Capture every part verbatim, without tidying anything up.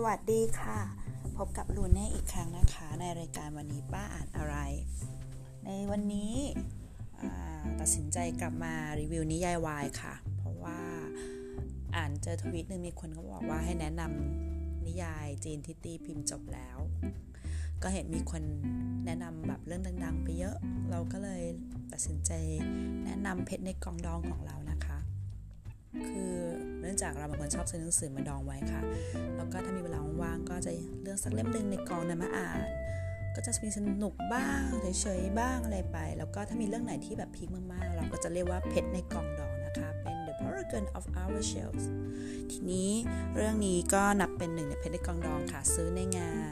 วัสดีค่ะพบกับลูเน่อีกครั้งนะคะในรายการวันนี้ป้าอ่านอะไรในวันนี้ตัดสินใจกลับมารีวิวนิยายวายค่ะเพราะว่าอ่านเจอทวีตนึงมีคนเขาบอกว่าให้แนะนำนิยายจีนที่ตีพิมพ์จบแล้วก็เห็นมีคนแนะนำแบบเรื่องดังๆไปเยอะเราก็เลยตัดสินใจแนะนำเพชรในกล่องดองของเรานะคะคือเนื่องจากเราเป็นคนชอบซื้อหนังสือมาดองไว้ค่ะแล้วก็ถ้ามีเวลาว่างๆก็จะเลือกสักเล่มนึงในกองนั้นมาอ่านก็จะมีสนุกบ้างเฉยๆบ้างอะไรไปแล้วก็ถ้ามีเรื่องไหนที่แบบพีคมากๆเราก็จะเรียกว่าเพชรในกล่องดองนะคะเป็น The Paragon of Our Shelves ทีนี้เรื่องนี้ก็นับเป็นหนึ่งในเพชรในกล่องดองค่ะซื้อในงาน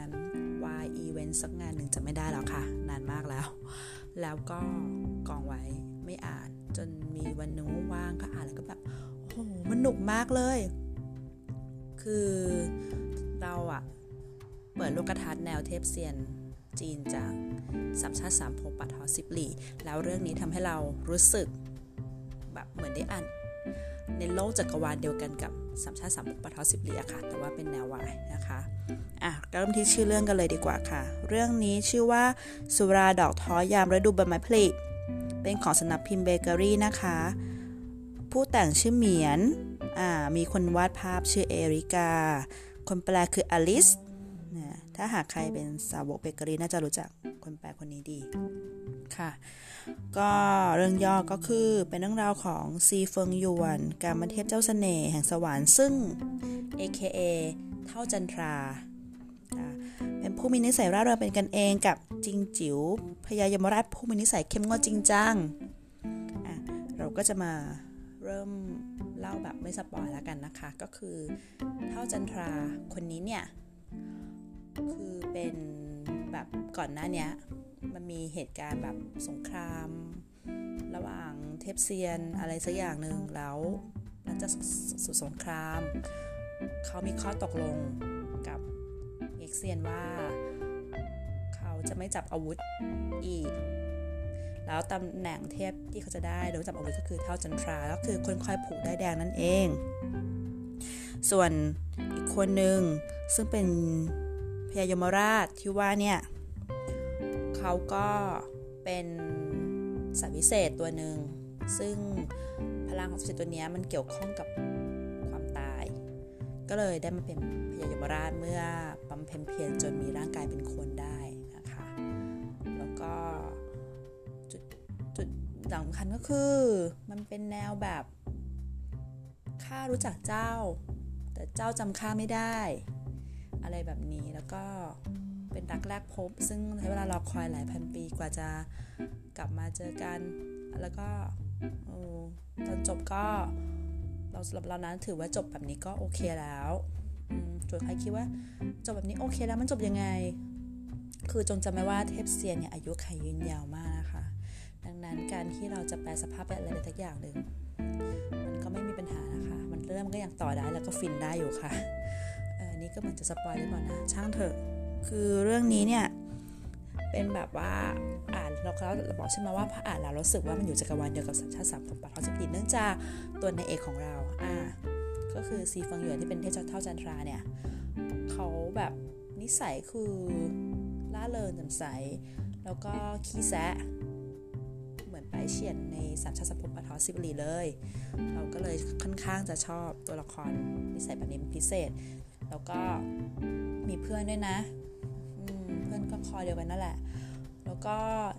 Y Event สักงานหนึ่งจะไม่ได้แล้วค่ะนานมากแล้วแล้วก็กองไว้ไม่อ่านจนมีวันนึงว่างก็อ่านแล้วก็แบบโอ้โหมันหนุกมากเลยคือเราอะเปิดโลกทัศน์แนวเทพเซียนจีนจากสามชาติสามภพปัทอสิบหลี่แล้วเรื่องนี้ทำให้เรารู้สึกแบบเหมือนได้อ่านในโลกจักรวาลเดียวกันกับสามชาติสามภพปัทอสิบหลี่อะค่ะแต่ว่าเป็นแนววายนะคะอ่ะเริ่มที่ชื่อเรื่องกันเลยดีกว่าค่ะเรื่องนี้ชื่อว่าสุราดอกท้อยามฤดูใบไม้ผลิเป็นของสำนักพิมพ์เบเกอรี่นะคะผู้แต่งชื่อเหมียนอ่ามีคนวาดภาพชื่อเอริกาคนแปลคืออลิสนะถ้าหากใครเป็นสาวกเบเกอรี่น่าจะรู้จักคนแปลคนนี้ดีค่ะก็เรื่องย่อก็คือเป็นเรื่องราวของซีเฟิงหยวนกามเทพเจ้าเสน่ห์แห่งสวรรค์ซึ่ง เอ เค เอ เท่าจันทราเป็นผู้มีนิสัยร่าเริงเป็นกันเองกับจิงจิ๋วพญายมราชผู้มีนิสัยเข้มงวดจริงจังอ่ะเราก็จะมาเริ่มเล่าแบบไม่สปอยแล้วกันนะคะก็คือเท่าจันทราคนนี้เนี่ยคือเป็นแบบก่อนหน้านี้มันมีเหตุการณ์แบบสงครามระหว่างเทพเซียนอะไรสักอย่างหนึ่งแล้วหลังจากสุดสงครามเขามีข้อตกลงกับเอกเซียนว่าเขาจะไม่จับอาวุธอีกแล้วตำแหน่งเทพที่เขาจะได้โดยจับอาวุธก็คือเท่าจันทราก็คือคนคอยผูกได้แดงนั่นเองส่วนอีกคนหนึ่งซึ่งเป็นพญายมราชที่ว่าเนี่ยเขาก็เป็นสัตว์วิเศษตัวหนึ่งซึ่งพลังของสัตว์ตัวนี้มันเกี่ยวข้องกับความตายก็เลยได้มาเป็นพญายมราชเมื่อบำเพ็ญเพียรจนมีร่างกายเป็นคนได้นะคะแล้วก็จุดจุดสำคัญก็คือมันเป็นแนวแบบข้ารู้จักเจ้าแต่เจ้าจำข้าไม่ได้อะไรแบบนี้แล้วก็เป็นรักแรกพบซึ่งใช้เวลารอคอยหลายพันปีกว่าจะกลับมาเจอกันแล้วก็ตอนจบก็เราสำหรับเรานั้นถือว่าจบแบบนี้ก็โอเคแล้วส่วนใครคิดว่าจบแบบนี้โอเคแล้วมันจบยังไงคือจงจำไว้ว่าเทพเซียนเนี่ยอายุขัยยืนยาวมากนะคะดังนั้นการที่เราจะแปลสภาพเป็นอะไรสักอย่างหนึ่งมันก็ไม่มีปัญหานะคะมันเริ่มก็ยังต่อได้แล้วก็ฟินได้อยู่ค่ะเออนี่ก็เหมือนจะสปอยหรือเปล่านะช่างเถอะคือเรื่องนี้เนี่ยเป็นแบบว่าอ่านเราเราบอกใช่ไหมว่าพออ่านแล้วรู้สึกว่ามันอยู่จักรวาลเดียวกับสัญชาติสามภพปัทอสิบหลี่เนื่องจากตัวนายเอกของเราอ่าก็คือซีเฟิงหยวนที่เป็นเทพเท่าจันทราเนี่ยเขาแบบนิสัยคือล่าเริงแจ่มใสแล้วก็ขี้แซะเหมือนไปเฉียนในสัญชาติสามภพปัทอสิบหลี่เลยเราก็เลยค่อนข้างจะชอบตัวละครนิสัยแบบนี้เป็นพิเศษแล้วก็มีเพื่อนด้วยนะเพื่อนก็คอเดียวกันนั่นแหละแล้วก็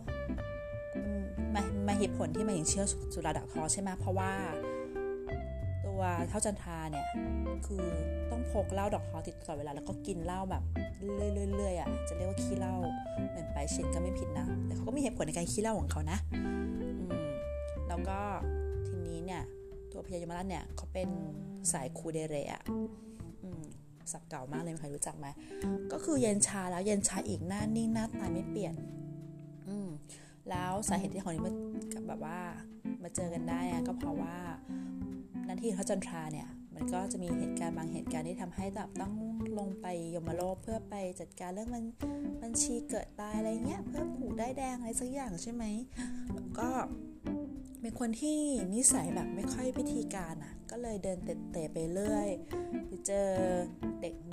มามาเหตุผลที่มาถึงเชื่อสุราดอกท้อใช่ไหมเพราะว่าตัวเท่าจันทราเนี่ยคือต้องพกเหล้าดอกท้อติดตลอดเวลาแล้วก็กินเหล้าแบบเรื่อยๆอ่ะจะเรียกว่าขี้เหล้าเหมือนไปเฉียนก็ไม่ผิดนะแต่เขาก็มีเหตุผลในการขี้เหล้าของเขานะอืมแล้วก็ทีนี้เนี่ยตัวพญายมราชเนี่ยเขาเป็นสายคูเดเระอ่ะอืมสับเก่ามากเลยใครรู้จักไหมก็คือเย็นชาแล้วเย็นชาอีกหน้านิ่งหน้าตายไม่เปลี่ยนอืมแล้วสาเหตุที่ของนี้มันแบบว่ามาเจอกันได้นะก็เพราะว่าหน้าที่เขาจันทราเนี่ยมันก็จะมีเหตุการณ์บางเหตุการณ์ที่ทำให้แบบต้องลงไปยมโลกเพื่อไปจัดการเรื่องมันบัญชีเกิดตายอะไรเงี้ยเพื่อผูกได้แดงอะไรสักอย่างใช่ไหมแล้วก็เป็นคนที่นิสัยแบบไม่ค่อยพิธีการอ่ะก็เลยเดินเตะๆไปเรื่อยไปเจอเด็กหนุ่มหน้าตา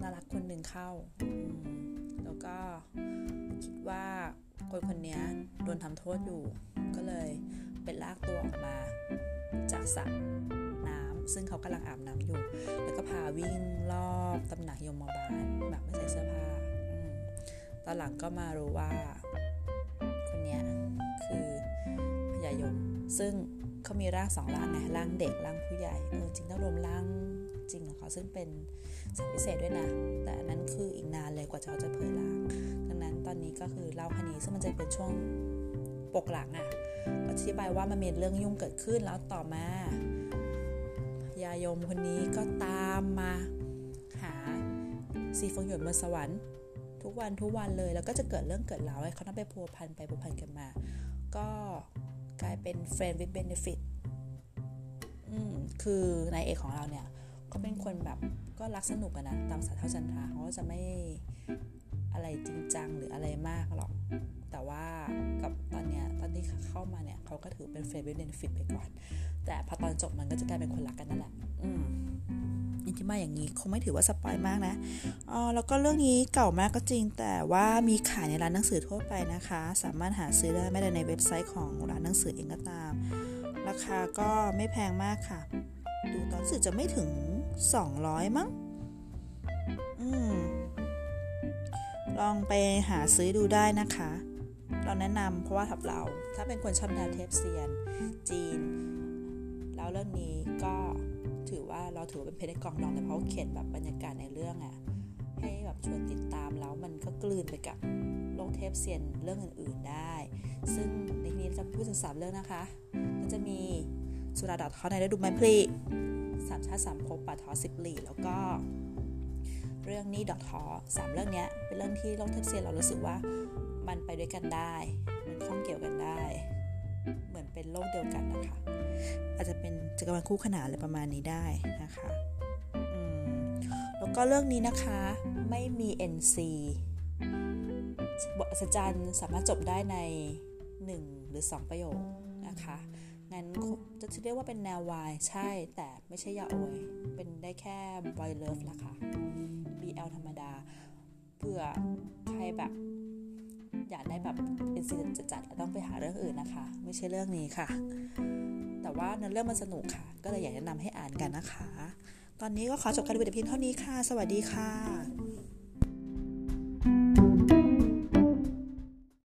น่ารักคนหนึ่งเข้าแล้วก็คิดว่าคนคนนี้โดนทำโทษอยู่ก็เลยเป็นลากตัวออกมาจากสระน้ำซึ่งเขากำลังอาบน้ำอยู่แล้วก็พาวิ่งรอบตำหนักยมบาลแบบไม่ใส่เสื้อผ้าตอนหลังก็มารู้ว่าคนนี้คือพญายมซึ่งเขามีร่างสองร่างไงร่างเด็กร่างผู้ใหญ่เออจริงต้องรวมร่างจริงของเขาซึ่งเป็นสัตว์พิเศษด้วยนะแต่อันนั้นคืออีกนานเลยกว่าเขาจะเผยร่างดังนั้นตอนนี้ก็คือเล่าแค่นี้ซึ่งมันจะเป็นช่วงปกหลังอ่ะก็อธิบายว่ามันมีเรื่องยุ่งเกิดขึ้นแล้วต่อมาพญายมคนนี้ก็ตามมาหาซีฟงหยวนบนสวรรค์ทุกวันทุกวันเลยแล้วก็จะเกิดเรื่องเกิดราวให้เขาต้องไปพัวพันไปพัวพันกันมาก็กลายเป็น friend with benefit อืมคือนายเอกของเราเนี่ยก็เป็นคนแบบก็รักสนุกกันนะตามสาเท่าจันทราเขาก็จะไม่อะไรจริงจังหรืออะไรมากหรอกแต่ว่ากับตอนเนี้ยตอนที่เข้ามาเนี่ยเขาก็ถือเป็น friend with benefit ไปก่อนแต่พอตอนจบมันก็จะกลายเป็นคนรักกันนั่นแหละอืมที่มาอย่างนี้คงไม่ถือว่าสปอยมากนะอ๋อแล้วก็เรื่องนี้เก่ามากก็จริงแต่ว่ามีขายในร้านหนังสือทั่วไปนะคะสามารถหาซื้อได้ไม่ได้ในเว็บไซต์ของร้านหนังสือเองก็ตามราคาก็ไม่แพงมากค่ะดูตอนสื่อจะไม่ถึงสองร้อยมั้งอืมลองไปหาซื้อดูได้นะคะเราแนะนำเพราะว่าทับเราถ้าเป็นคนชอบแนวเทพเซียนจีนแล้วเรื่องนี้ก็ถือว่าเราถือว่าเป็นเพชรในกล่องดองแต่เพราะเขียนแบบบรรยากาศในเรื่องอ่ะให้แบบชวนติดตามแล้วมันก็กลืนไปกับโลกเทพเซียนเรื่องอื่นๆได้ซึ่งในนี้จะพูดถึงสามเรื่องนะคะก็จะมีสุราดาท้อในฤดูไม้ผลิสามชาติสามภพป่าท้อสิบหลี่แล้วก็เรื่องนี้ดอกท้อสามเรื่องนี้เป็นเรื่องที่โลกเทพเซียนเรารู้สึกว่ามันไปด้วยกันได้มันข้องเกี่ยวกันได้เหมือนเป็นโลกเดียวกันนะคะอาจจะเป็นจักรวาลคู่ขนานอะไรประมาณนี้ได้นะคะอืมแล้วก็เรื่องนี้นะคะไม่มี เอ็น ซี บทอัศจรรย์สามารถจบได้ในหนึ่งหรือสองประโยคนะคะงั้นจะเรียกว่าเป็นแนววายใช่แต่ไม่ใช่ยาโอยเป็นได้แค่ boy love ละค่ะ บี แอล ธรรมดาเพื่อใครแบบอยากได้แบบเป็นซีนจัดๆต้องไปหาเรื่องอื่นนะคะไม่ใช่เรื่องนี้ค่ะแต่ว่าเนื้อเรื่องมันสนุกค่ะก็เลยอยากแนะนำให้อ่านกันนะคะตอนนี้ก็ขอจบการรีวิวแต่เพียงเท่านี้ค่ะสวัสดีค่ะ